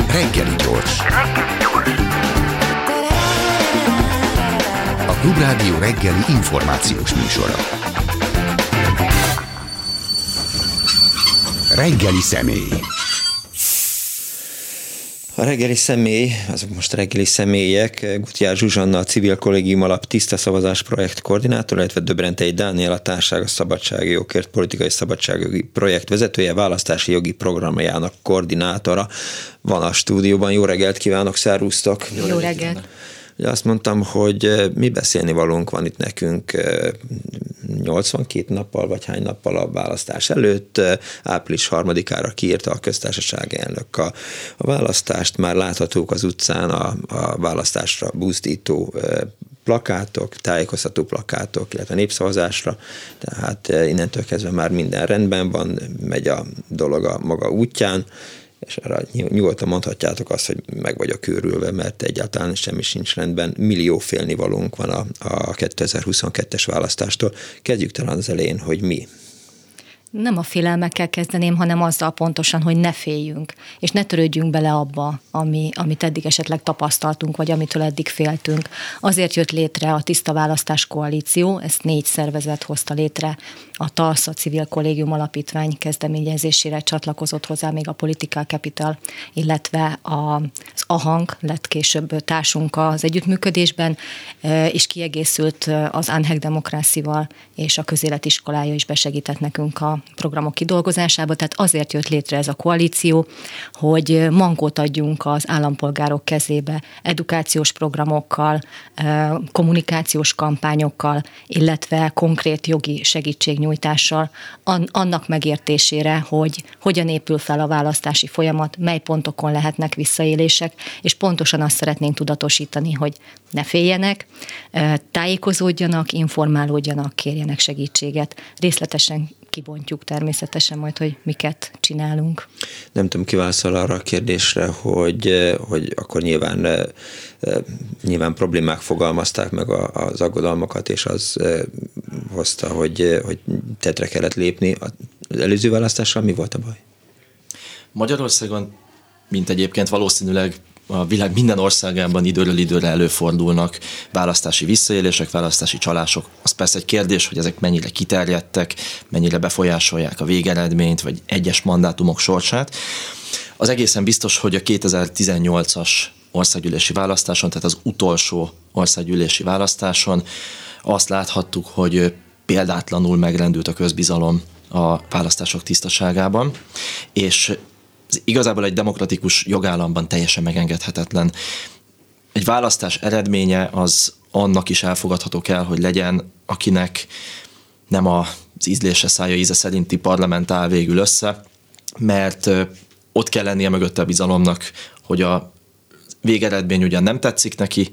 Reggeli gyors. A Klubrádió reggeli információs műsora. Reggeli személy. A reggeli személy, azok most reggeli személyek, Gutjár Zsuzsanna, a Civil Kollégium Alap Tiszta Szavazás projekt koordinátor, illetve Döbrentei Dániel, a Társaság a szabadsági jogért politikai szabadságjogi projekt vezetője, választási jogi programjának koordinátora van a stúdióban. Jó reggelt kívánok, szervusztok! Jó reggelt! Azt mondtam, hogy mi beszélni valónk van itt nekünk 82 nappal, vagy hány nappal a választás előtt. Április 3-ára kiírta a köztársasági elnök a választást. Már láthatók az utcán a választásra buzdító plakátok, tájékoztató plakátok, illetve népszavazásra. Tehát innentől kezdve már minden rendben van, megy a dolog a maga útján, és arra nyugodtan mondhatjátok azt, hogy meg vagyok őrülve, mert egyáltalán semmi sincs rendben. Millió félnivalónk van a 2022-es választástól. Kezdjük talán az elején, hogy mi. Nem a félelmekkel kezdeném, hanem azzal pontosan, hogy ne féljünk, és ne törődjünk bele abba, amit eddig esetleg tapasztaltunk, vagy amitől eddig féltünk. Azért jött létre a Tiszta Választás Koalíció, ezt 4 szervezet hozta létre, a TASZ, a Civil Kollégium Alapítvány kezdeményezésére csatlakozott hozzá még a Political Capital, illetve az AHANG lett később társunk az együttműködésben, és kiegészült az Unhack Democracy-val, és a közéletiskolája is besegített nekünk a programok kidolgozásába, tehát azért jött létre ez a koalíció, hogy mankót adjunk az állampolgárok kezébe edukációs programokkal, kommunikációs kampányokkal, illetve konkrét jogi segítségnyújtással annak megértésére, hogy hogyan épül fel a választási folyamat, mely pontokon lehetnek visszaélések, és pontosan azt szeretnénk tudatosítani, hogy ne féljenek, tájékozódjanak, informálódjanak, kérjenek segítséget. Részletesen kibontjuk természetesen majd, hogy miket csinálunk. Nem tudom, ki válaszol arra a kérdésre, hogy akkor nyilván problémák fogalmazták meg az aggodalmakat, és az hozta, hogy tettre kellett lépni. Az előző választással mi volt a baj? Magyarországon, mint egyébként valószínűleg a világ minden országában időről időre előfordulnak választási visszaélések, választási csalások. Az persze egy kérdés, hogy ezek mennyire kiterjedtek, mennyire befolyásolják a végeredményt, vagy egyes mandátumok sorsát. Az egészen biztos, hogy a 2018-as országgyűlési választáson, tehát az utolsó országgyűlési választáson azt láthattuk, hogy példátlanul megrendült a közbizalom a választások tisztaságában, és igazából egy demokratikus jogállamban teljesen megengedhetetlen. Egy választás eredménye az annak is elfogadható kell, hogy legyen, akinek nem az ízlése szája íze szerinti parlament áll végül össze, mert ott kell lennie mögötte a bizalomnak, hogy a végeredmény ugyan nem tetszik neki,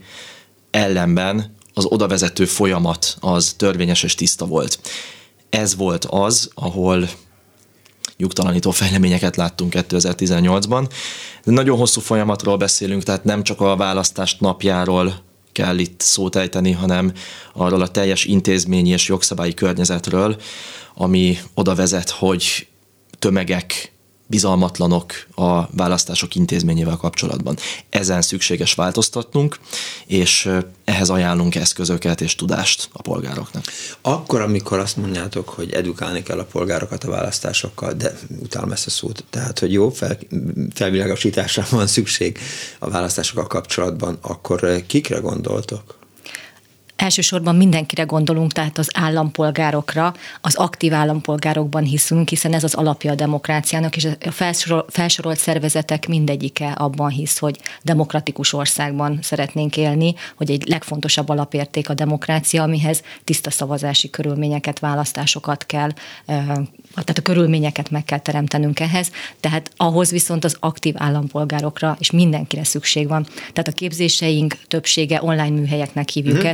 ellenben az odavezető folyamat az törvényes és tiszta volt. Ez volt az, ahol nyugtalanító fejleményeket láttunk 2018-ban. De nagyon hosszú folyamatról beszélünk, tehát nem csak a választást napjáról kell itt szót ejteni, hanem arról a teljes intézményi és jogszabályi környezetről, ami oda vezet, hogy tömegek bizalmatlanok a választások intézményével kapcsolatban. Ezen szükséges változtatnunk, és ehhez ajánlunk eszközöket és tudást a polgároknak. Akkor, amikor azt mondjátok, hogy edukálni kell a polgárokat a választásokkal, de utálom ezt a szót, tehát, hogy jó felvilágosításra van szükség a választásokkal kapcsolatban, akkor kikre gondoltok? Elsősorban mindenkire gondolunk, tehát az állampolgárokra, az aktív állampolgárokban hiszünk, hiszen ez az alapja a demokráciának, és a felsorolt szervezetek mindegyike abban hisz, hogy demokratikus országban szeretnénk élni, hogy egy legfontosabb alapérték a demokrácia, amihez tiszta szavazási körülményeket, választásokat kell, tehát a körülményeket meg kell teremtenünk ehhez, tehát ahhoz viszont az aktív állampolgárokra és mindenkire szükség van. Tehát a képzéseink többsége online műhelyeknek hívjuk ezt, mert nem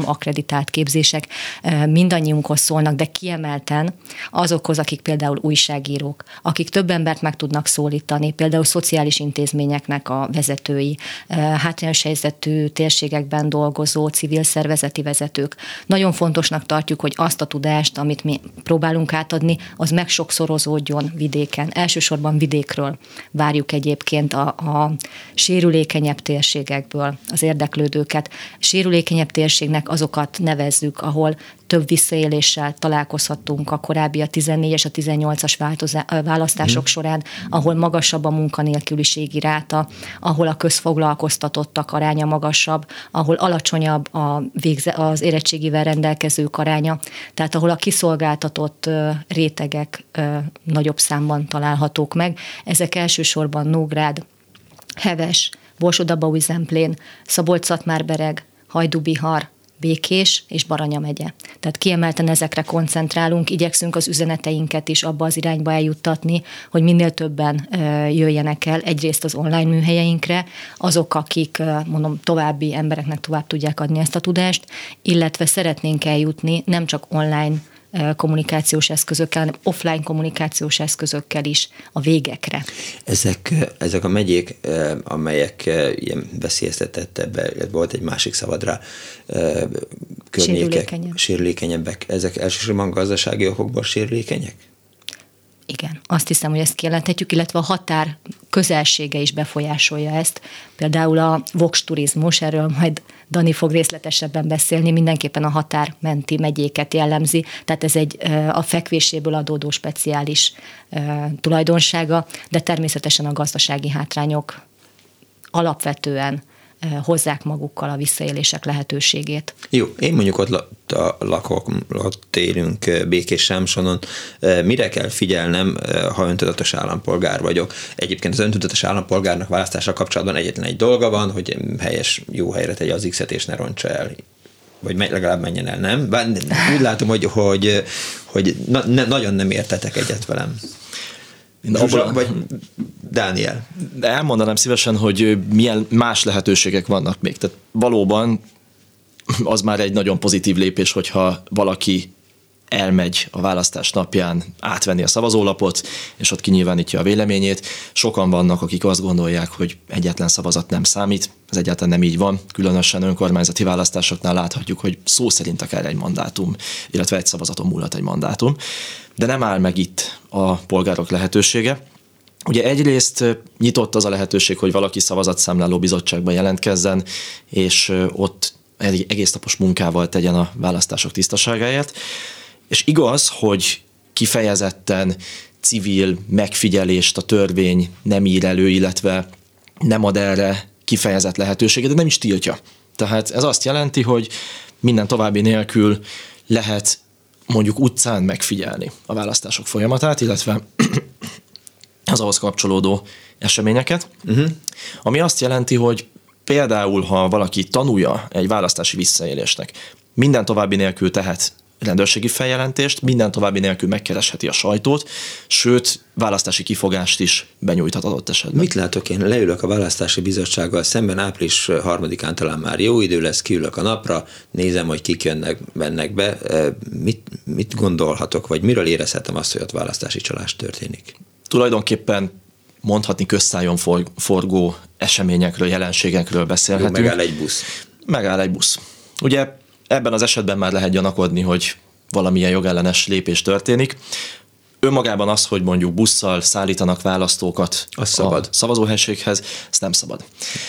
nem akkreditált képzések mindannyiunkhoz szólnak, de kiemelten azokhoz, akik például újságírók, akik több embert meg tudnak szólítani, például szociális intézményeknek a vezetői, hátrányos helyzetű térségekben dolgozó civil szervezeti vezetők. Nagyon fontosnak tartjuk, hogy azt a tudást, amit mi próbálunk átadni, az megsokszorozódjon vidéken. Elsősorban vidékről várjuk egyébként a sérülékenyebb térségekből az érdeklődőket. Sérülékenyebb térségnek azokat nevezzük, ahol több visszaéléssel találkozhattunk a korábbi a 14 és a 18-as választások során, ahol magasabb a munkanélküliségi ráta, ahol a közfoglalkoztatottak aránya magasabb, ahol alacsonyabb az érettségivel rendelkezők aránya, tehát ahol a kiszolgáltatott rétegek nagyobb számban találhatók meg. Ezek elsősorban Nógrád, Heves, Borsod-Abaúj-Zemplén, Szabolcs-Szatmár-Bereg, Hajdú-Bihar, Békés és Baranya megye. Tehát kiemelten ezekre koncentrálunk, igyekszünk az üzeneteinket is abba az irányba eljuttatni, hogy minél többen jöjjenek el egyrészt az online műhelyeinkre, azok, akik mondom további embereknek tovább tudják adni ezt a tudást, illetve szeretnénk eljutni nem csak online kommunikációs eszközökkel, hanem offline kommunikációs eszközökkel is a végekre. Ezek a megyék, amelyek ilyen veszélyeztetettebb, volt egy másik szavad rá, környékek, sérülékenyebbek, ezek elsősorban gazdasági okokból sérülékenyek? Igen, azt hiszem, hogy ezt kijelenthetjük, illetve a határ közelsége is befolyásolja ezt. Például a Vox turizmus, erről majd Dani fog részletesebben beszélni, mindenképpen a határmenti megyéket jellemzi, tehát ez a fekvéséből adódó speciális tulajdonsága, de természetesen a gazdasági hátrányok alapvetően hozzák magukkal a visszaélések lehetőségét. Jó, én mondjuk ott élünk Békés-Sámsonon. Mire kell figyelnem, ha öntudatos állampolgár vagyok? Egyébként az öntudatos állampolgárnak választással kapcsolatban egyetlen egy dolga van, hogy jó helyre tegye az X-et és ne rontsa el. Vagy legalább menjen el, nem? Bár úgy látom, hogy nagyon nem értetek egyet velem. Vagy Dániel. De elmondanám szívesen, hogy milyen más lehetőségek vannak még. Tehát valóban az már egy nagyon pozitív lépés, hogyha valaki elmegy a választás napján átvenni a szavazólapot, és ott kinyilvánítja a véleményét. Sokan vannak, akik azt gondolják, hogy egyetlen szavazat nem számít. Ez egyáltalán nem így van. Különösen önkormányzati választásoknál láthatjuk, hogy szó szerint akár egy mandátum, illetve egy szavazaton múlhat egy mandátum. De nem áll meg itt a polgárok lehetősége. Ugye egyrészt nyitott az a lehetőség, hogy valaki szavazatszámláló bizottságban jelentkezzen, és ott egész napos munkával tegyen a választások tisztaságáért. És igaz, hogy kifejezetten civil megfigyelést a törvény nem ír elő, illetve nem ad erre kifejezett lehetőséget, de nem is tiltja. Tehát ez azt jelenti, hogy minden további nélkül lehet mondjuk utcán megfigyelni a választások folyamatát, illetve az ahhoz kapcsolódó eseményeket, ami azt jelenti, hogy például, ha valaki tanulja egy választási visszaélésnek, minden további nélkül tehet rendőrségi feljelentést, minden további nélkül megkeresheti a sajtót, sőt, választási kifogást is benyújthat adott esetben. Mit látok én? Leülök a választási bizottsággal szemben, április 3-án talán már jó idő lesz, kiülök a napra, nézem, hogy kik jönnek be. Mit gondolhatok, vagy miről érezhetem azt, hogy ott választási csalás történik? Tulajdonképpen mondhatni közszájon forgó eseményekről, jelenségekről beszélhetünk. Jó, megáll egy busz. Megáll egy busz. Ugye ebben az esetben már lehet gyanakodni, hogy valamilyen jogellenes lépés történik. Önmagában az, hogy mondjuk busszal szállítanak választókat a szavazóhelységhez, ez nem szabad.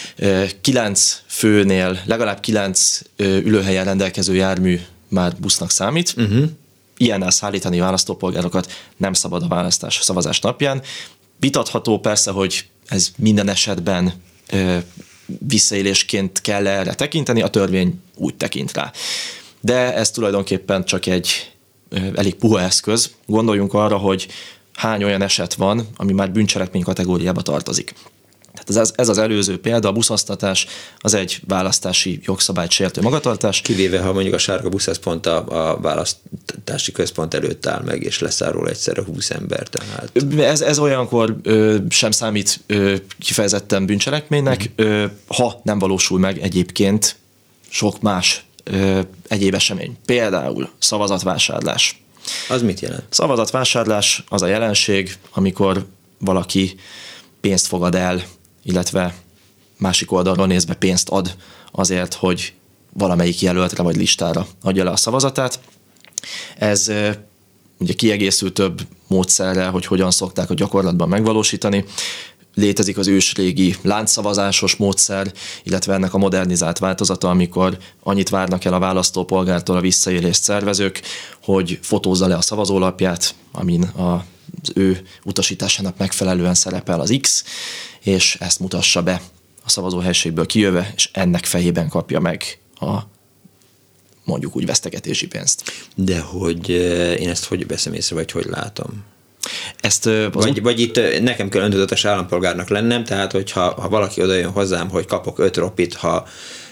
9 főnél legalább 9 ülőhelyen rendelkező jármű már busznak számít. Ilyennel szállítani választópolgárokat nem szabad a szavazás napján. Vitatható persze, hogy ez minden esetben visszaélésként kell erre tekinteni, a törvény úgy tekint rá. De ez tulajdonképpen csak egy elég puha eszköz. Gondoljunk arra, hogy hány olyan eset van, ami már bűncselekmény kategóriába tartozik. Tehát ez az előző példa, a buszoztatás, az egy választási jogszabályt sértő magatartás. Kivéve, ha mondjuk a sárga busz, ez pont a választási központ előtt áll meg, és leszáll róla egyszerre 20 ember. Tehát. Ez olyankor sem számít kifejezetten bűncselekménynek, ha nem valósul meg egyébként sok más egyéb esemény. Például szavazatvásárlás. Az mit jelent? Szavazatvásárlás az a jelenség, amikor valaki pénzt fogad el, illetve másik oldalról nézve pénzt ad azért, hogy valamelyik jelöltre vagy listára adja le a szavazatát. Ez ugye kiegészül több módszerrel, hogy hogyan szokták a gyakorlatban megvalósítani. Létezik az ősrégi láncszavazásos módszer, illetve ennek a modernizált változata, amikor annyit várnak el a választópolgártól a visszaélést szervezők, hogy fotózza le a szavazólapját, amin az ő utasításának megfelelően szerepel az X, és ezt mutassa be a szavazóhelységből kijöve, és ennek fejében kapja meg a mondjuk úgy vesztegetési pénzt. De hogy én ezt hogy veszem észre, vagy hogy látom? Vagy itt nekem kell öntudatos állampolgárnak lennem, tehát hogyha valaki odajön hozzám, hogy kapok 5 ropit, ha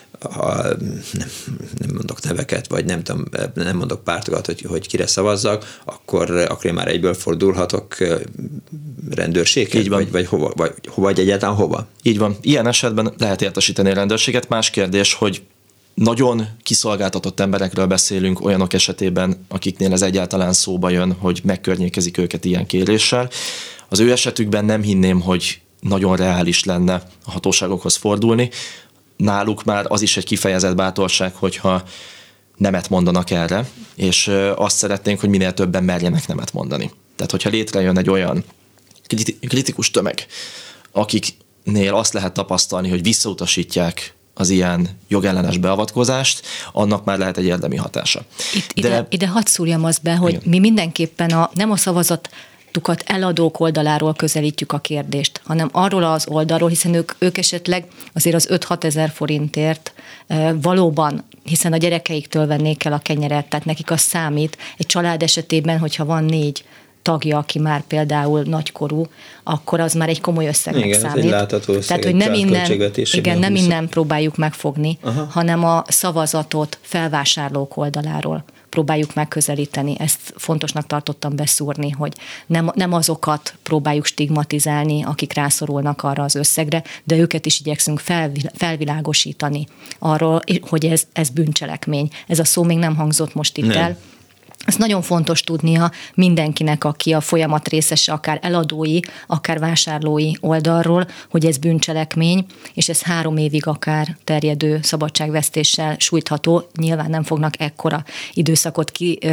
nem mondok neveket, vagy nem mondok pártokat, hogy kire szavazzak, akkor én már egyből fordulhatok rendőrséghez, vagy egyáltalán hova? Így van. Ilyen esetben lehet értesíteni a rendőrséget. Más kérdés, hogy nagyon kiszolgáltatott emberekről beszélünk, olyanok esetében, akiknél ez egyáltalán szóba jön, hogy megkörnyékezik őket ilyen kéréssel. Az ő esetükben nem hinném, hogy nagyon reális lenne a hatóságokhoz fordulni. Náluk már az is egy kifejezett bátorság, hogyha nemet mondanak erre, és azt szeretnénk, hogy minél többen merjenek nemet mondani. Tehát, hogyha létrejön egy olyan kritikus tömeg, akiknél azt lehet tapasztalni, hogy visszautasítják az ilyen jogellenes beavatkozást, annak már lehet egy érdemi hatása. Ide hadd szúrjam azt be, hogy igen, mi mindenképpen nem a szavazatukat eladók oldaláról közelítjük a kérdést, hanem arról az oldalról, hiszen ők esetleg azért az 5-6 ezer forintért valóban, hiszen a gyerekeiktől vennék el a kenyeret, tehát nekik az számít. Egy család esetében, hogyha van 4 tagja, aki már például nagykorú, akkor az már egy komoly összegnek számít. Igen, látható összeg. Tehát, hogy nem innen próbáljuk megfogni, hanem a szavazatot felvásárlók oldaláról próbáljuk megközelíteni. Ezt fontosnak tartottam beszúrni, hogy nem azokat próbáljuk stigmatizálni, akik rászorulnak arra az összegre, de őket is igyekszünk felvilágosítani arról, hogy ez bűncselekmény. Ez a szó még nem hangzott most itt el. Ez nagyon fontos tudnia mindenkinek, aki a folyamat részese, akár eladói, akár vásárlói oldalról, hogy ez bűncselekmény, és ez 3 évig akár terjedő szabadságvesztéssel sújtható. Nyilván nem fognak ekkora időszakot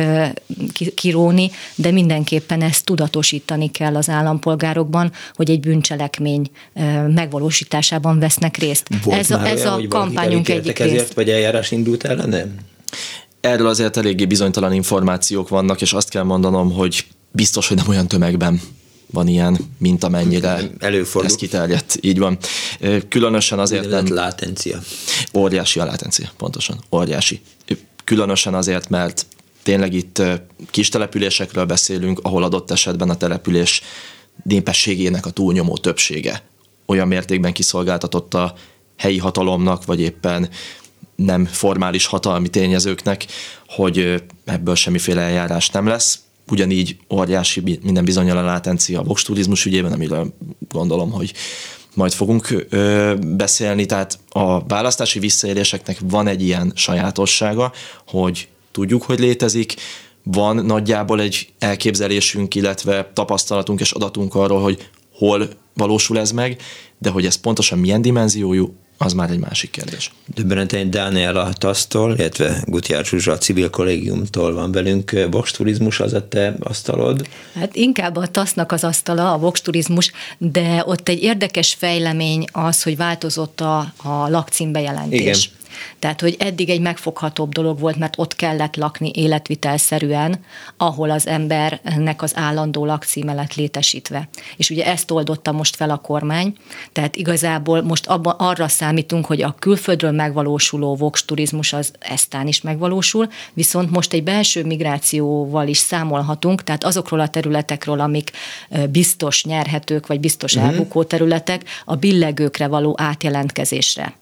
kiróni, de mindenképpen ezt tudatosítani kell az állampolgárokban, hogy egy bűncselekmény megvalósításában vesznek részt. Ez a kampányunk egyik rész. Ezért, vagy eljárás indult ellene? Erről azért eléggé bizonytalan információk vannak, és azt kell mondanom, hogy biztos, hogy nem olyan tömegben van ilyen, mint amennyire ez kiterjedt. Így van. Különösen azért nem... látencia. Óriási a látencia, pontosan. Óriási. Különösen azért, mert tényleg itt kis településekről beszélünk, ahol adott esetben a település népességének a túlnyomó többsége olyan mértékben kiszolgáltatott a helyi hatalomnak, vagy éppen nem formális hatalmi tényezőknek, hogy ebből semmiféle eljárás nem lesz. Ugyanígy óriási minden bizonnyal a látencia a Vox turizmus ügyében, amiről gondolom, hogy majd fogunk beszélni. Tehát a választási visszaéléseknek van egy ilyen sajátossága, hogy tudjuk, hogy létezik, van nagyjából egy elképzelésünk, illetve tapasztalatunk és adatunk arról, hogy hol valósul ez meg, de hogy ez pontosan milyen dimenziójú, az már egy másik kérdés. Döbbenetesen Dániel a TASZ-tól, illetve Gutiár Zsuzsa a civil kollégiumtól van velünk. Vox turizmus az a te asztalod? Hát inkább a TASZ-nak az asztala, a Vox turizmus, de ott egy érdekes fejlemény az, hogy változott a lakcímbejelentés. Igen. Tehát, hogy eddig egy megfoghatóbb dolog volt, mert ott kellett lakni életvitelszerűen, ahol az embernek az állandó lakcíme lett létesítve. És ugye ezt oldotta most fel a kormány, tehát igazából most arra számítunk, hogy a külföldről megvalósuló Vox turizmus az eztán is megvalósul, viszont most egy belső migrációval is számolhatunk, tehát azokról a területekről, amik biztos nyerhetők, vagy biztos elbukó területek, a billegőkre való átjelentkezésre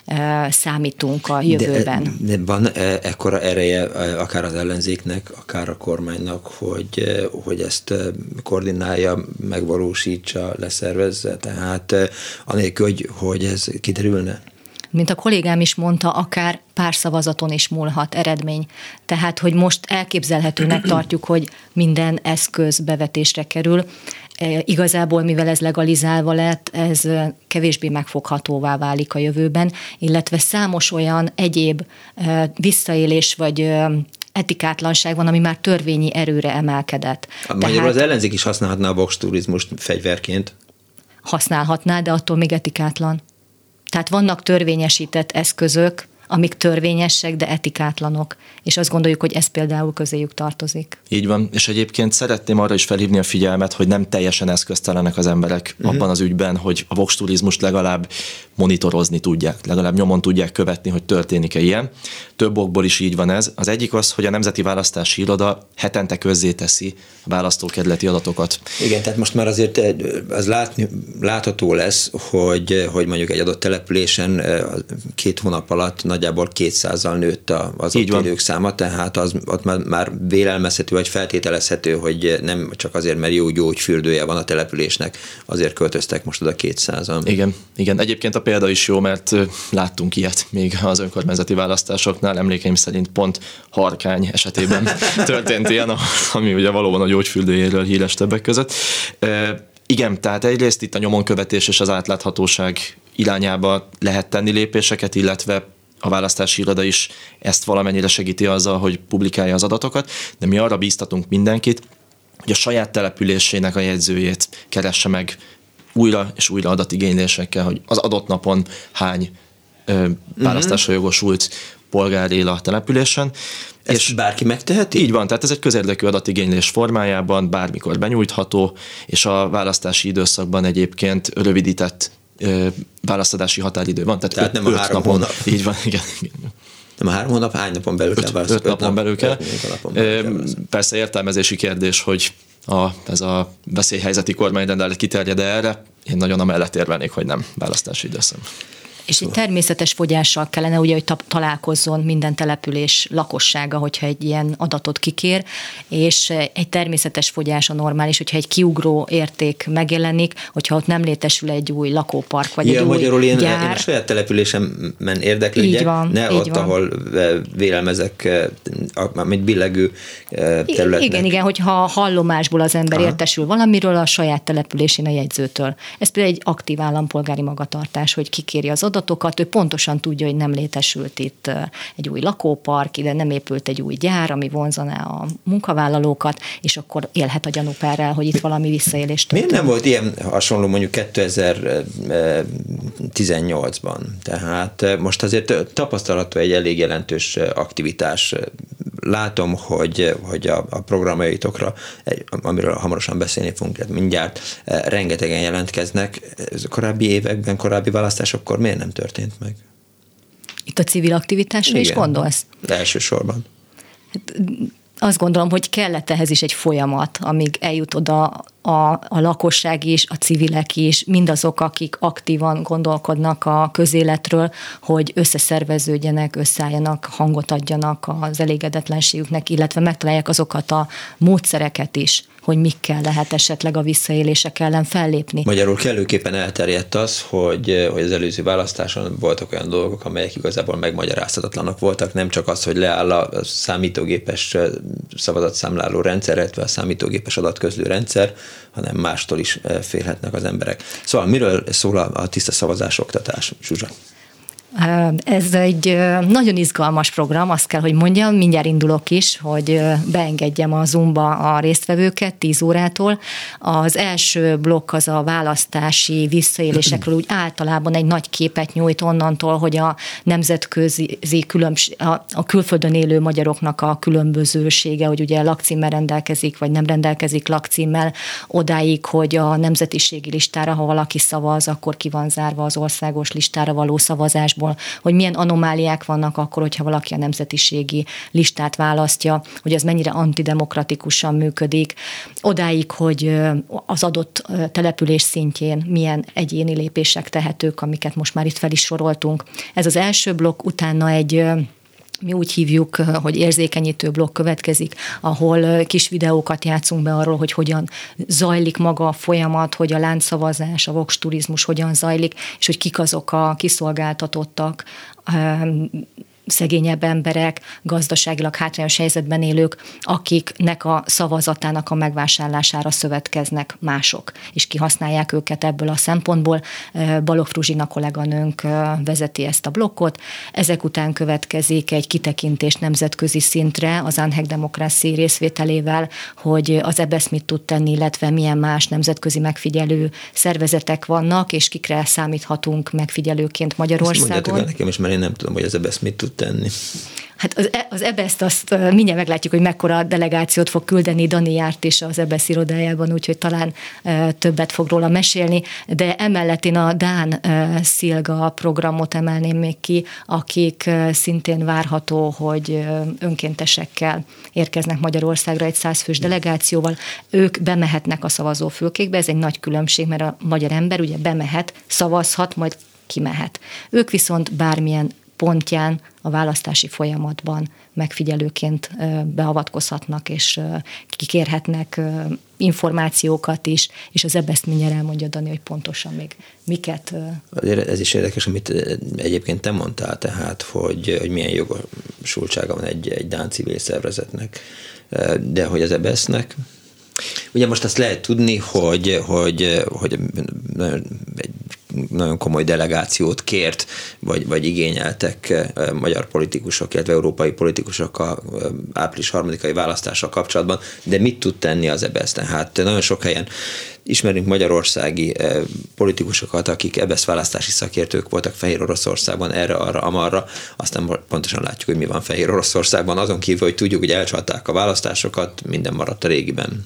számítunk a jövőben. De van ekkora ereje akár az ellenzéknek, akár a kormánynak, hogy ezt koordinálja, megvalósítsa, leszervezze, tehát anélkül, hogy ez kiderülne? mint a kollégám is mondta, akár pár szavazaton is múlhat eredmény. Tehát, hogy most elképzelhetőnek tartjuk, hogy minden eszköz bevetésre kerül. Igazából, mivel ez legalizálva lett, ez kevésbé megfoghatóvá válik a jövőben, illetve számos olyan egyéb visszaélés vagy etikátlanság van, ami már törvényi erőre emelkedett. Magyarul az ellenzék is használhatná a voksturizmust fegyverként? Használhatná, de attól még etikátlan. Tehát vannak törvényesített eszközök, amik törvényesek, de etikátlanok. És azt gondoljuk, hogy ez például közéjük tartozik. Így van, és egyébként szeretném arra is felhívni a figyelmet, hogy nem teljesen eszköztelenek az emberek abban az ügyben, hogy a voksturizmust legalább monitorozni tudják, legalább nyomon tudják követni, hogy történik-e ilyen. Több okból is így van ez. Az egyik az, hogy a Nemzeti Választási Iroda hetente közzéteszi a választókerületi adatokat. Igen, tehát most már azért az látható lesz, hogy mondjuk egy adott településen 2 hónap alatt nagyjából 200-zal nőtt az ott élők száma, tehát az ott már vélelmezhető vagy feltételezhető, hogy nem csak azért, mert jó gyógyfürdője van a településnek, azért költöztek most oda 200-an. Igen. Egyébként a példa is jó, mert láttunk ilyet még az önkormányzati választásoknál, emlékeim szerint pont Harkány esetében történt ilyen, ami ugye valóban a gyógyfürdőjéről híres többek között. Igen, tehát egyrészt itt a nyomonkövetés és az átláthatóság irányába lehet tenni lépéseket, illetve a választási iroda is ezt valamennyire segíti azzal, hogy publikálja az adatokat, de mi arra bíztatunk mindenkit, hogy a saját településének a jegyzőjét keresse meg újra és újra adatigénylésekkel, hogy az adott napon hány választásra jogosult polgár él a településen. Ezt és bárki megteheti? Így van, tehát ez egy közérdekű adatigénylés formájában bármikor benyújtható, és a választási időszakban egyébként rövidített választási határidő van. Tehát nem a 3 hónap. Így van, igen. Nem a 3 hónap, hány napon belül kell? 5 napon belül kell. Persze értelmezési kérdés, hogy ez a veszélyhelyzeti kormányrendelet kiterjed erre. Én nagyon amellett érvelnék, hogy nem választási időszak. És egy természetes fogyással kellene ugye, hogy találkozzon minden település lakossága, hogyha egy ilyen adatot kikér, és egy természetes fogyás a normális, hogyha egy kiugró érték megjelenik, hogyha ott nem létesül egy új lakópark, vagy egy magyarul új én gyár. A saját településemben érdeklődjek, ne ott, van. Ahol vélelmezek, mint billegő területnek. Igen, hogyha a hallomásból az ember értesül valamiről, a saját településén a jegyzőtől. Ez például egy aktív állampolgári magatartás, hogy kikéri az adatokat, ő pontosan tudja, hogy nem létesült itt egy új lakópark, ide nem épült egy új gyár, ami vonzaná a munkavállalókat, és akkor élhet a gyanúperrel, hogy itt valami visszaélés történt. Miért nem volt ilyen hasonló mondjuk 2018-ban? Tehát most azért tapasztalható egy elég jelentős aktivitás. Látom, hogy a programjaitokra, amiről hamarosan beszélni fogunk mindjárt, rengetegen jelentkeznek. Korábbi években, korábbi választásokkor miért nem történt meg? Itt a civil aktivitásra is gondolsz? Elsősorban. Azt gondolom, hogy kellett ehhez is egy folyamat, amíg eljut oda a lakosság is, a civilek is, mindazok, akik aktívan gondolkodnak a közéletről, hogy összeszerveződjenek, összeálljanak, hangot adjanak az elégedetlenségüknek, illetve megtalálják azokat a módszereket is, hogy mikkel lehet esetleg a visszaélések ellen fellépni. Magyarul kellőképpen elterjedt az, hogy az előző választáson voltak olyan dolgok, amelyek igazából megmagyarázhatatlanok voltak, nem csak az, hogy leáll a számítógépes szavazatszámláló rendszer, illetve a számítógépes adatközlő rendszer, hanem mástól is félhetnek az emberek. Szóval miről szól a tiszta szavazás oktatás, Zsuzsa? Ez egy nagyon izgalmas program, azt kell, hogy mondjam, mindjárt indulok is, hogy beengedjem a Zoomba a résztvevőket 10 órától. Az első blokk az a választási visszaélésekről úgy általában egy nagy képet nyújt onnantól, hogy a nemzetközi a külföldön élő magyaroknak a különbözősége, hogy ugye lakcímmel rendelkezik, vagy nem rendelkezik lakcímmel, odáig, hogy a nemzetiségi listára, ha valaki szavaz, akkor ki van zárva az országos listára való szavazás, hogy milyen anomáliák vannak akkor, hogyha valaki a nemzetiségi listát választja, hogy az mennyire antidemokratikusan működik, odáig, hogy az adott település szintjén milyen egyéni lépések tehetők, amiket most már itt fel is soroltunk. Ez az első blokk, utána egy Mi úgy hívjuk, hogy érzékenyítő blokk következik, ahol kis videókat játszunk be arról, hogy hogyan zajlik maga a folyamat, hogy a láncszavazás, a vox turizmus hogyan zajlik, és hogy kik azok a kiszolgáltatottak, szegényebb emberek, gazdaságilag hátrányos helyzetben élők, akiknek a szavazatának a megvásárlására szövetkeznek mások, és kihasználják őket ebből a szempontból. Balogh Fruzsina kolléganőnk vezeti ezt a blokkot. Ezek után következik egy kitekintés nemzetközi szintre az Unhacked Democracy részvételével, hogy az EBESZ mit tud tenni, illetve milyen más nemzetközi megfigyelő szervezetek vannak, és kikre számíthatunk megfigyelőként Magyarországon. Ezt mondjátok el nekem is, mert én nem tudom, hogy az EBESZ mit tud tenni. Hát az EBESZ-t azt mindjárt meglátjuk, hogy mekkora delegációt fog küldeni. Dani járt is az EBESZ irodájában, úgyhogy talán többet fog róla mesélni, de emellett én a Dán Szilga programot emelném még ki, akik szintén várható, hogy önkéntesekkel érkeznek Magyarországra egy 100 fős delegációval. Ők bemehetnek a szavazófülkékbe, ez egy nagy különbség, mert a magyar ember ugye bemehet, szavazhat, majd kimehet. Ők viszont bármilyen pontján a választási folyamatban megfigyelőként beavatkozhatnak, és kikérhetnek információkat is, és az EBESZ mindjárt elmondja Dani, hogy pontosan még miket. Ez is érdekes, amit egyébként te mondtál, tehát, hogy milyen jogosultsága van egy dán civil szervezetnek, de hogy az EBESZ-nek. Ugye most azt lehet tudni, hogy nagyon komoly delegációt kért, vagy igényeltek magyar politikusok, illetve európai politikusok a április 3-ai választással kapcsolatban, de mit tud tenni az EBESZ? Tehát nagyon sok helyen ismerünk magyarországi politikusokat, akik EBESZ választási szakértők voltak Fehér Oroszországban, erre, arra, amarra, aztán pontosan látjuk, hogy mi van Fehér Oroszországban, azon kívül, hogy tudjuk, hogy elcsalták a választásokat, minden maradt a régiben.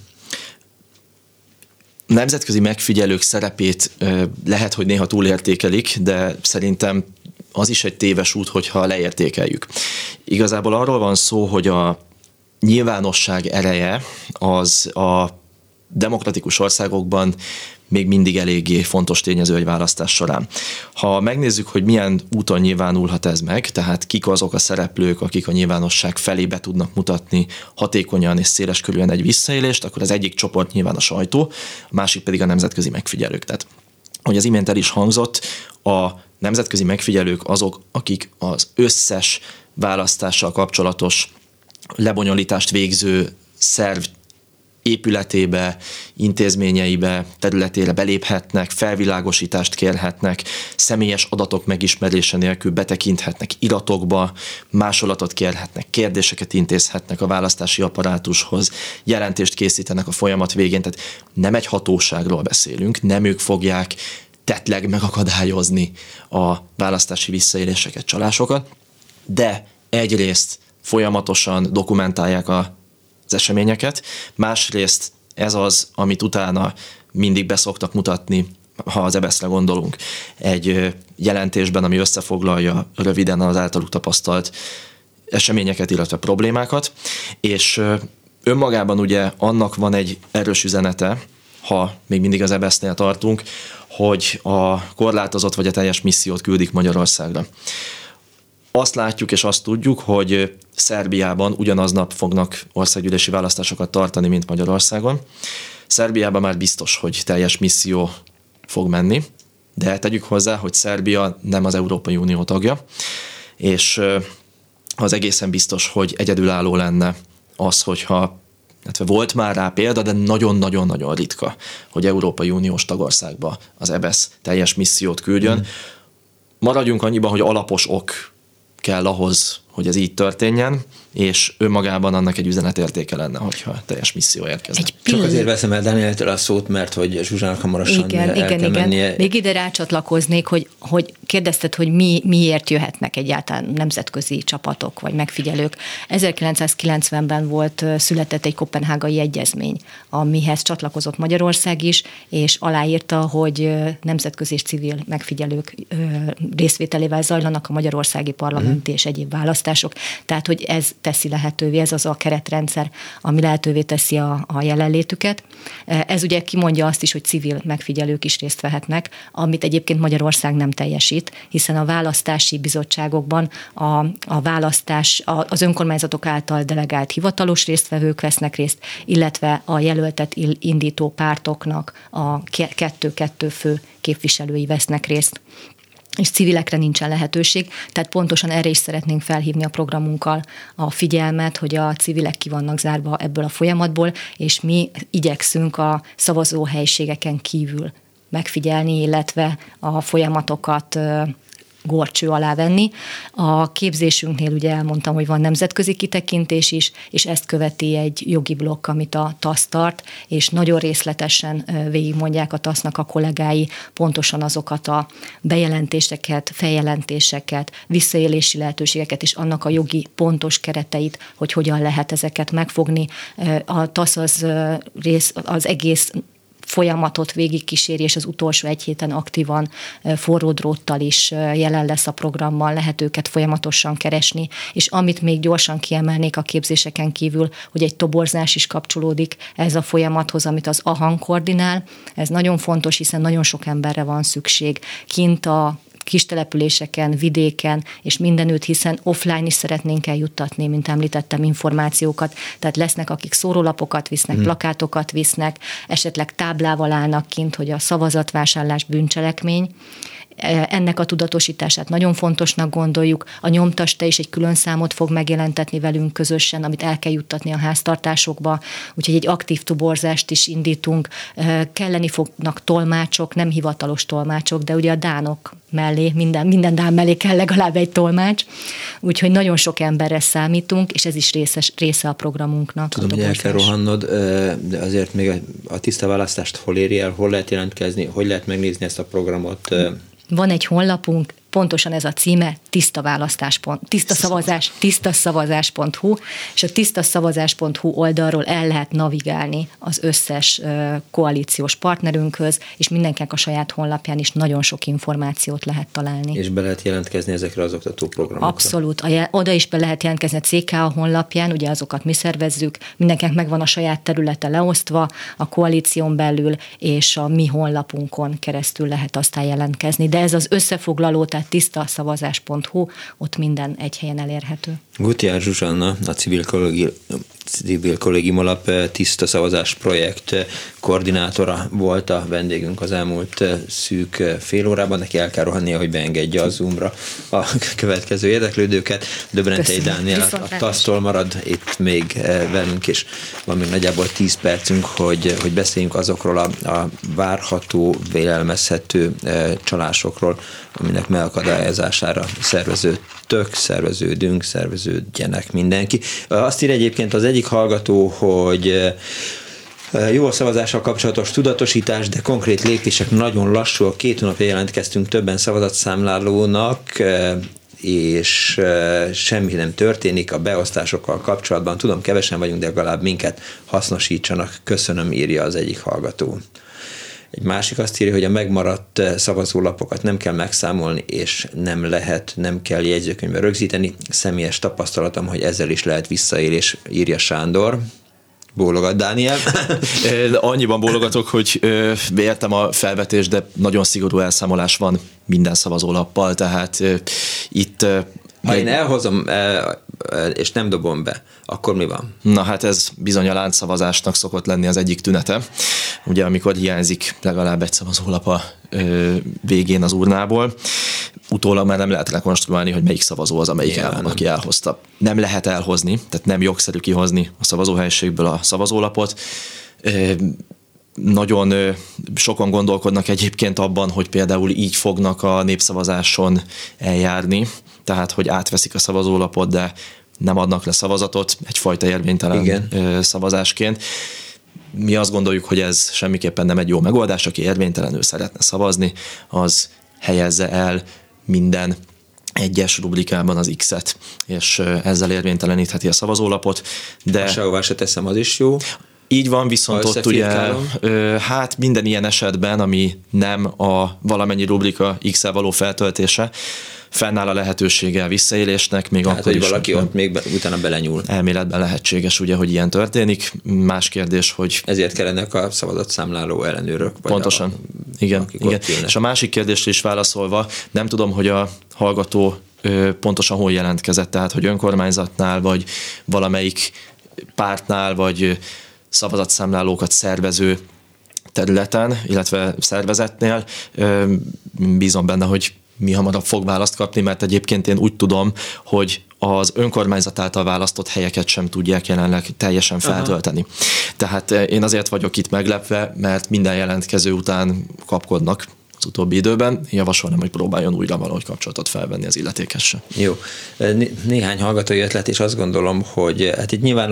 Nemzetközi megfigyelők szerepét lehet, hogy néha túlértékelik, de szerintem az is egy téves út, hogyha leértékeljük. Igazából arról van szó, hogy a nyilvánosság ereje az a demokratikus országokban még mindig eléggé fontos tényező egy választás során. Ha megnézzük, hogy milyen úton nyilvánulhat ez meg, tehát kik azok a szereplők, akik a nyilvánosság felé be tudnak mutatni hatékonyan és széleskörűen egy visszaélést, akkor az egyik csoport nyilván a sajtó, a másik pedig a nemzetközi megfigyelők. Tehát, hogy az imént el is hangzott, a nemzetközi megfigyelők azok, akik az összes választással kapcsolatos lebonyolítást végző szerv épületébe, intézményeibe, területére beléphetnek, felvilágosítást kérhetnek, személyes adatok megismerése nélkül betekinthetnek iratokba, másolatot kérhetnek, kérdéseket intézhetnek a választási apparátushoz, jelentést készítenek a folyamat végén, tehát nem egy hatóságról beszélünk, nem ők fogják tettleg megakadályozni a választási visszaéléseket, csalásokat, de egyrészt folyamatosan dokumentálják az eseményeket, másrészt ez az, amit utána mindig beszoktak mutatni, ha az EBESZ-re gondolunk, egy jelentésben, ami összefoglalja röviden az általuk tapasztalt eseményeket, illetve problémákat, és önmagában ugye annak van egy erős üzenete, ha még mindig az EBESZ-nél tartunk, hogy a korlátozott vagy a teljes missziót küldik Magyarországra. Azt látjuk és azt tudjuk, hogy Szerbiában ugyanaznap fognak országgyűlési választásokat tartani, mint Magyarországon. Szerbiában már biztos, hogy teljes misszió fog menni, de tegyük hozzá, hogy Szerbia nem az Európai Unió tagja, és az egészen biztos, hogy egyedülálló lenne az, hogyha volt már rá példa, de nagyon-nagyon-nagyon ritka, hogy Európai Uniós tagországba az EBESZ teljes missziót küldjön. Maradjunk annyiban, hogy alapos ok kell ahhoz, hogy ez így történjen, és önmagában annak egy üzenetértéke lenne, hogyha teljes misszió érkezne. Csak azért veszem el Dánieltől a szót, mert hogy Zsuzsának hamarosan el kell mennie. Még ide rácsatlakoznék, hogy kérdezted, hogy miért jöhetnek egyáltalán nemzetközi csapatok vagy megfigyelők. 1990-ben született egy koppenhágai egyezmény, amihez csatlakozott Magyarország is, és aláírta, hogy nemzetközi és civil megfigyelők részvételével zajlanak a magyarországi parlamenti és egyéb választások. Tehát, hogy ez teszi lehetővé, ez az a keretrendszer, ami lehetővé teszi a jelenlétüket. Ez ugye kimondja azt is, hogy civil megfigyelők is részt vehetnek, amit egyébként Magyarország nem teljesít, hiszen a választási bizottságokban az önkormányzatok által delegált hivatalos résztvevők vesznek részt, illetve a jelöltet indító pártoknak a kettő fő képviselői vesznek részt, és civilekre nincsen lehetőség, tehát pontosan erre is szeretnénk felhívni a programunkkal a figyelmet, hogy a civilek ki vannak zárva ebből a folyamatból, és mi igyekszünk a szavazóhelyiségeken kívül megfigyelni, illetve a folyamatokat górcső alá venni. A képzésünknél ugye elmondtam, hogy van nemzetközi kitekintés is, és ezt követi egy jogi blokk, amit a TASZ tart, és nagyon részletesen végigmondják a TASZ-nak a kollégái pontosan azokat a bejelentéseket, feljelentéseket, visszaélési lehetőségeket, és annak a jogi pontos kereteit, hogy hogyan lehet ezeket megfogni. A TASZ az egész folyamatot végigkíséri, és az utolsó egy héten aktívan forró dróttal is jelen lesz a programban, lehet őket folyamatosan keresni, és amit még gyorsan kiemelnék a képzéseken kívül, hogy egy toborzás is kapcsolódik ez a folyamathoz, amit az AHAN koordinál. Ez nagyon fontos, hiszen nagyon sok emberre van szükség kint a kis településeken, vidéken és mindenütt, hiszen offline is szeretnénk eljuttatni, mint említettem, információkat. Tehát lesznek, akik szórólapokat visznek, plakátokat visznek, esetleg táblával állnak kint, hogy a szavazatvásárlás bűncselekmény. Ennek a tudatosítását nagyon fontosnak gondoljuk. A Nyomtas-Te is egy külön számot fog megjelentetni velünk közösen, amit el kell juttatni a háztartásokba, úgyhogy egy aktív toborzást is indítunk. Kelleni fognak tolmácsok, nem hivatalos tolmácsok, de ugye a dánok mellé, minden dán mellé kell legalább egy tolmács, úgyhogy nagyon sok emberre számítunk, és ez is része a programunknak. Tudom, hogy el kell rohannod, de azért még a tiszta választást hol éri el, hol lehet jelentkezni, hogy lehet megnézni ezt a programot? Van egy honlapunk, pontosan ez a címe, tisztaszavazás.hu, és a tisztaszavazás.hu oldalról el lehet navigálni az összes koalíciós partnerünkhöz, és mindenkinek a saját honlapján is nagyon sok információt lehet találni. És be lehet jelentkezni ezekre az oktatóprogramokra? Abszolút. Oda is be lehet jelentkezni a CKA honlapján, ugye azokat mi szervezzük, mindenkinek megvan a saját területe leosztva, a koalíción belül, és a mi honlapunkon keresztül lehet aztán jelentkezni. De ez az összefoglaló, tehát tisztaszavazás.hu, ott minden egy helyen elérhető. Gutiár Zsuzsanna, a Civil Kollégium Alap Tiszta Szavazás projekt koordinátora volt a vendégünk az elmúlt szűk fél órában. Neki el kell rohannia, hogy beengedje a Zoomra a következő érdeklődőket. Döbrentei Dániel a TASZ-tól marad itt még velünk, és van még nagyjából 10 percünk, hogy beszéljünk azokról a várható, vélelmezhető csalásokról, aminek megakadályozására szerveződjenek mindenki. Azt ír egyébként az egyik hallgató, hogy jó a szavazással kapcsolatos tudatosítás, de konkrét lépések nagyon lassúak. 2 hónapja jelentkeztünk többen szavazatszámlálónak, és semmi nem történik a beosztásokkal kapcsolatban. Tudom, kevesen vagyunk, de legalább minket hasznosítsanak. Köszönöm, írja az egyik hallgató. Egy másik azt írja, hogy a megmaradt szavazólapokat nem kell megszámolni, és nem kell jegyzőkönyvbe rögzíteni. Személyes tapasztalatom, hogy ezzel is lehet visszaélés, írja Sándor. Bólogat Dániel. Annyiban bólogatok, hogy értem a felvetést, de nagyon szigorú elszámolás van minden szavazólappal, tehát itt... Ha én elhozom, és nem dobom be, akkor mi van? Na hát ez bizony a láncszavazásnak szokott lenni az egyik tünete. Ugye amikor hiányzik legalább egy szavazólap a végén az urnából, utólag már nem lehet rekonstruálni, hogy melyik szavazó az, amelyik aki elhozta. Nem lehet elhozni, tehát nem jogszerű kihozni a szavazóhelyiségből a szavazólapot. Nagyon sokan gondolkodnak egyébként abban, hogy például így fognak a népszavazáson eljárni, tehát hogy átveszik a szavazólapot, de nem adnak le szavazatot, egyfajta érvénytelen szavazásként. Mi azt gondoljuk, hogy ez semmiképpen nem egy jó megoldás, aki érvénytelenül szeretne szavazni, az helyezze el minden egyes rubrikában az X-et, és ezzel érvénytelenítheti a szavazólapot. De sehová se teszem, az is jó. Így van, viszont ott ugye, hát minden ilyen esetben, ami nem a valamennyi rubrika X-el való feltöltése, fennáll a lehetősége a visszaélésnek, még tehát, akkor hogy is. Valaki ott még utána belenyúl. Elméletben lehetséges, ugye, hogy ilyen történik. Más kérdés, hogy... Ezért kellenek a szavazatszámláló ellenőrök. Pontosan. Igen. És a másik kérdésre is válaszolva, nem tudom, hogy a hallgató pontosan hol jelentkezett, tehát, hogy önkormányzatnál, vagy valamelyik pártnál, vagy szavazatszámlálókat szervező területen, illetve szervezetnél. Bízom benne, hogy mi hamarabb fog választ kapni, mert egyébként én úgy tudom, hogy az önkormányzat által választott helyeket sem tudják jelenleg teljesen feltölteni. Aha. Tehát én azért vagyok itt meglepve, mert minden jelentkező után kapkodnak az utóbbi időben. Javasolnám, hogy próbáljon újra valahogy kapcsolatot felvenni az illetékessel. Jó. Néhány hallgatói ötlet, és azt gondolom, hogy hát itt nyilván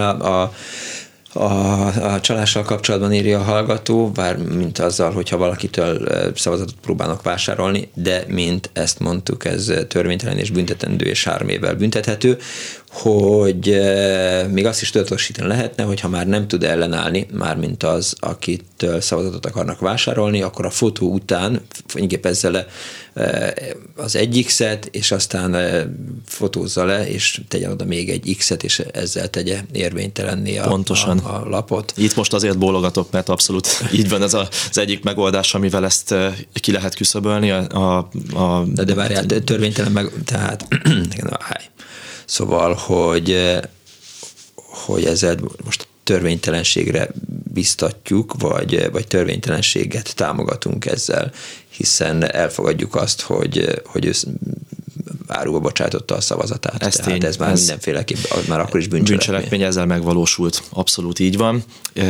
a csalással kapcsolatban írja a hallgató, bár mint azzal, hogyha valakitől szavazatot próbálnak vásárolni, de mint ezt mondtuk, ez törvénytelen és büntetendő és 3 évvel büntethető, hogy még azt is tudatosítani lehetne, hogy ha már nem tud ellenállni, mármint az, akitől szavazatot akarnak vásárolni, akkor a fotó után fényképezze le az egy X-et, és aztán fotózza le, és tegyen oda még egy X-et, és ezzel tegye érvénytelenné a lapot. Itt most azért bólogatok, mert abszolút így van ez az egyik megoldás, amivel ezt ki lehet küszöbölni. De várjál, törvénytelen tehát szóval, hogy ezzel most törvénytelenségre biztatjuk, vagy törvénytelenséget támogatunk ezzel, hiszen elfogadjuk azt, hogy ő áruba bocsátotta a szavazatát. Ez már mindenféleképp, már akkor is bűncselekmény. Ezzel megvalósult. Abszolút így van.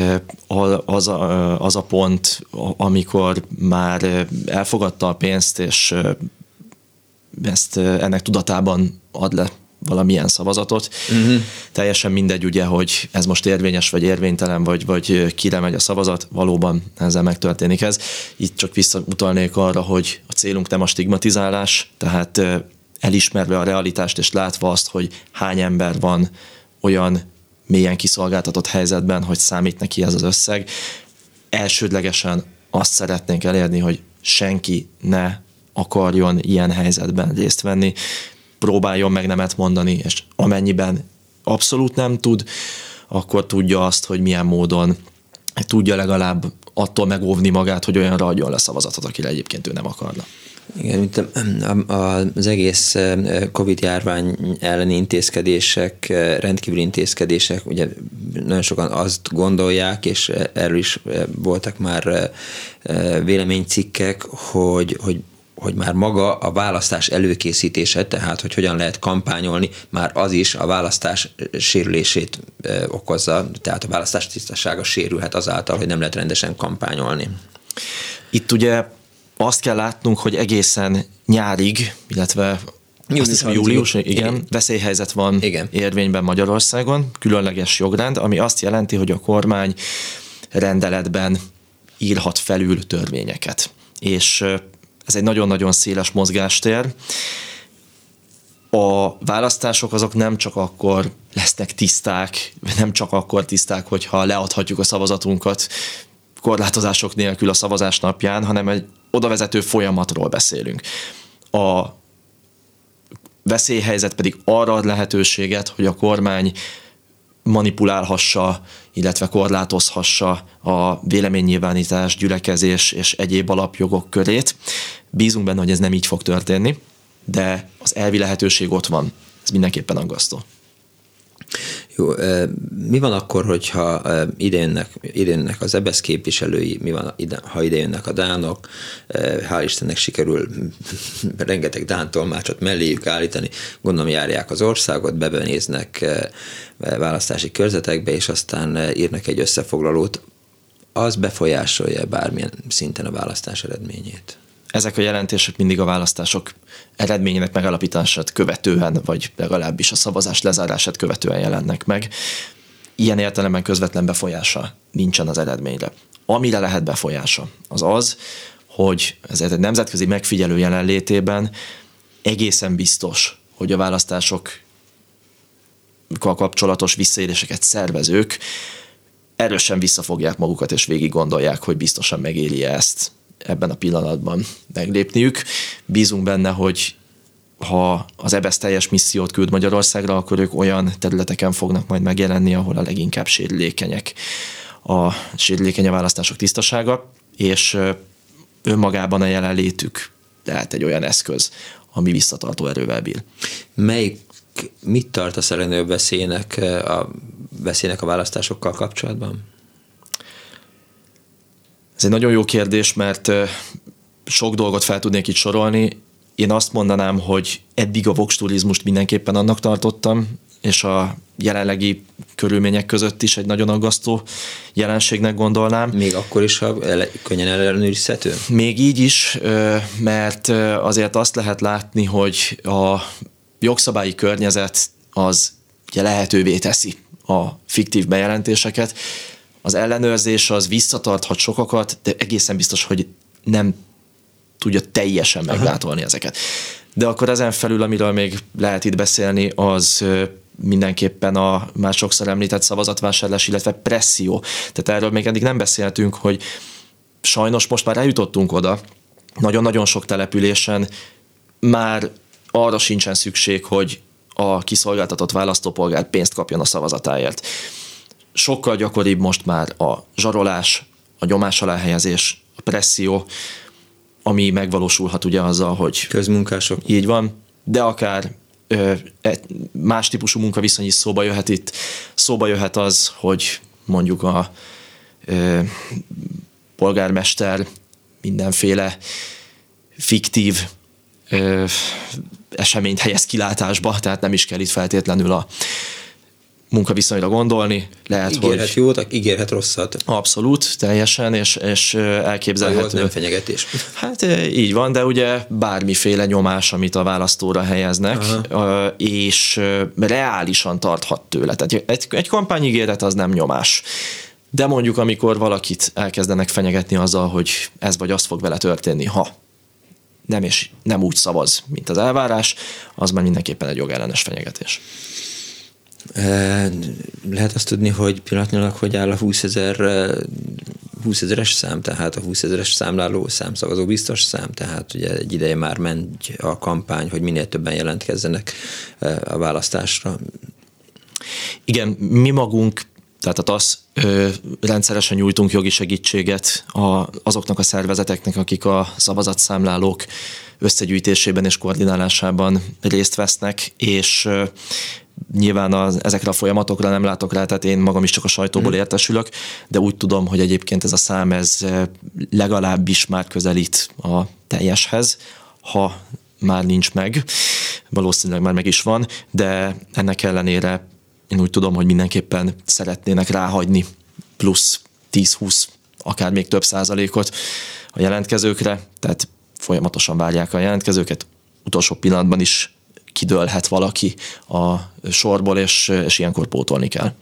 Az a pont, amikor már elfogadta a pénzt, és ezt ennek tudatában ad le valamilyen szavazatot. Teljesen mindegy, ugye, hogy ez most érvényes, vagy érvénytelen, vagy kire megy a szavazat, valóban ezzel megtörténik ez. Itt csak visszautalnék arra, hogy a célunk nem a stigmatizálás, tehát elismerve a realitást, és látva azt, hogy hány ember van olyan mélyen kiszolgáltatott helyzetben, hogy számít neki ez az összeg. Elsődlegesen azt szeretnénk elérni, hogy senki ne akarjon ilyen helyzetben részt venni, próbáljon meg nemet mondani, és amennyiben abszolút nem tud, akkor tudja azt, hogy milyen módon tudja legalább attól megóvni magát, hogy olyanra adjon le szavazatot, akire egyébként ő nem akarna. Igen, az egész Covid-járvány elleni intézkedések, rendkívüli intézkedések, ugye nagyon sokan azt gondolják, és erről is voltak már véleménycikkek, hogy már maga a választás előkészítése, tehát hogy hogyan lehet kampányolni, már az is a választás sérülését okozza, tehát a választás tisztasága sérülhet azáltal, hogy nem lehet rendesen kampányolni. Itt ugye azt kell látnunk, hogy egészen nyárig, illetve július, igen, veszélyhelyzet van érvényben Magyarországon, különleges jogrend, ami azt jelenti, hogy a kormány rendeletben írhat felül törvényeket. És ez egy nagyon-nagyon széles mozgástér. A választások azok nem csak akkor lesznek tiszták, nem csak akkor tiszták, hogyha leadhatjuk a szavazatunkat korlátozások nélkül a szavazás napján, hanem egy odavezető folyamatról beszélünk. A veszélyhelyzet pedig arra ad lehetőséget, hogy a kormány manipulálhassa, illetve korlátozhassa a véleménynyilvánítás, gyülekezés és egyéb alapjogok körét. Bízunk benne, hogy ez nem így fog történni, de az elvi lehetőség ott van. Ez mindenképpen aggasztó. Jó, mi van akkor, hogyha idejönnek az EBESZ képviselői, mi van, ha idejönnek a dánok, hál' Istennek sikerül rengeteg dán tolmácsot melléjük állítani, gondolom járják az országot, bebenéznek választási körzetekbe, és aztán írnak egy összefoglalót, az befolyásolja bármilyen szinten a választás eredményét? Ezek a jelentések mindig a választások eredményének megállapítását követően, vagy legalábbis a szavazás lezárását követően jelennek meg. Ilyen értelemben közvetlen befolyása nincsen az eredményre. Amire lehet befolyása, az az, hogy ezért egy nemzetközi megfigyelő jelenlétében egészen biztos, hogy a választásokkal kapcsolatos visszaéléseket szervezők erősen visszafogják magukat, és végig gondolják, hogy biztosan megéri ezt ebben a pillanatban meglépniük. Bízunk benne, hogy ha az EBESZ teljes missziót küld Magyarországra, akkor ők olyan területeken fognak majd megjelenni, ahol a leginkább sérülékeny a választások tisztasága, és önmagában a jelenlétük lehet egy olyan eszköz, ami visszatartó erővel bír. Mit tartasz a legnagyobb veszélynek a választásokkal kapcsolatban? Ez egy nagyon jó kérdés, mert sok dolgot fel tudnék itt sorolni. Én azt mondanám, hogy eddig a vox turizmust mindenképpen annak tartottam, és a jelenlegi körülmények között is egy nagyon aggasztó jelenségnek gondolnám. Még akkor is, ha könnyen ellenőrizhető? Még így is, mert azért azt lehet látni, hogy a jogszabályi környezet az ugye lehetővé teszi a fiktív bejelentéseket. Az ellenőrzés az visszatarthat sokakat, de egészen biztos, hogy nem tudja teljesen meggátolni ezeket. De akkor ezen felül, amiről még lehet itt beszélni, az mindenképpen a már sokszor említett szavazatvásárlás, illetve presszió. Tehát erről még eddig nem beszéltünk, hogy sajnos most már eljutottunk oda, nagyon-nagyon sok településen már arra sincsen szükség, hogy a kiszolgáltatott választópolgár pénzt kapjon a szavazatáért. Sokkal gyakoribb most már a zsarolás, a nyomás alá helyezés, a presszió, ami megvalósulhat ugye azzal, hogy közmunkások. Így van, de akár más típusú munkaviszony is szóba jöhet itt. Szóba jöhet az, hogy mondjuk a polgármester mindenféle fiktív eseményt helyez kilátásba, tehát nem is kell itt feltétlenül a munkaviszonyra gondolni. Lehet, ígérhet hogy jót, ígérhet rosszat. Abszolút, teljesen, és elképzelhető. Nem fenyegetés. Hát így van, de ugye bármiféle nyomás, amit a választóra helyeznek, és reálisan tarthat tőle. Tehát egy kampányígéret az nem nyomás. De mondjuk, amikor valakit elkezdenek fenyegetni azzal, hogy ez vagy azt fog vele történni, ha nem úgy szavaz, mint az elvárás, az már mindenképpen egy jogellenes fenyegetés. Lehet azt tudni, hogy pillanatnyilag hogy áll a 20 000-es szám, tehát a 20 000-es számláló szám, szavazó biztos szám, tehát ugye egy ideje már ment a kampány, hogy minél többen jelentkezzenek a választásra. Igen, mi magunk, tehát a TASZ rendszeresen nyújtunk jogi segítséget azoknak a szervezeteknek, akik a szavazatszámlálók összegyűjtésében és koordinálásában részt vesznek, és nyilván ezekre a folyamatokra nem látok rá, tehát én magam is csak a sajtóból értesülök, de úgy tudom, hogy egyébként ez a szám ez legalábbis már közelít a teljeshez, ha már nincs meg, valószínűleg már meg is van, de ennek ellenére én úgy tudom, hogy mindenképpen szeretnének ráhagyni plusz 10-20, akár még több százalékot a jelentkezőkre, tehát folyamatosan várják a jelentkezőket, utolsó pillanatban is kidőlhet valaki a sorból, és ilyenkor pótolni kell.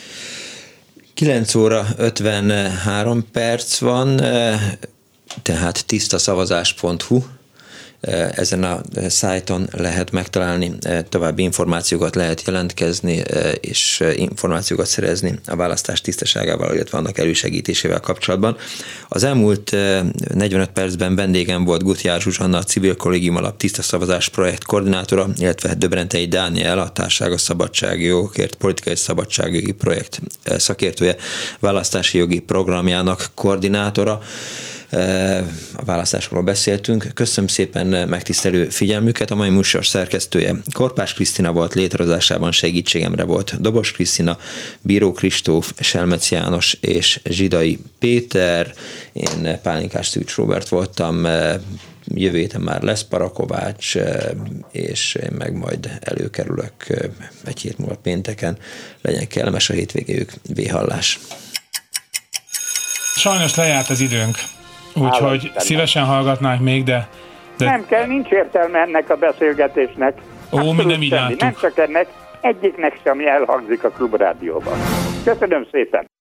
9 óra 53 perc van, tehát tisztaszavazás.hu. Ezen a szájton lehet megtalálni, további információkat lehet jelentkezni, és információkat szerezni a választás tisztaságával, illetve annak elősegítésével kapcsolatban. Az elmúlt 45 percben vendégem volt Gutjár Zsuzsanna, a Civil Kollégium Alap Tiszta Szavazás projekt koordinátora, illetve Döbrentei Dániel, a Társaság a Szabadságjogokért politikai szabadságjogi projekt szakértője, választási jogi programjának koordinátora. A választásról beszéltünk. Köszönöm szépen megtisztelő figyelmüket. A mai műsor szerkesztője Korpás Krisztina volt, létrehozásában segítségemre volt Dobos Krisztina, Bíró Kristóf, Selmec János és Zsidai Péter. Én Pálinkás Szűcs Róbert voltam. Jövő héten már lesz Parakovács, és én meg majd előkerülök egy hét múlva pénteken. Legyen kellemes a hétvégéjük. Véhallás. Sajnos lejárt az időnk. Úgyhogy szívesen hallgatnánk még, de... Nem kell, nincs értelme ennek a beszélgetésnek. Mi nem így láttuk. Nem csak ennek, egyiknek sem elhangzik a Klubrádióban. Köszönöm szépen!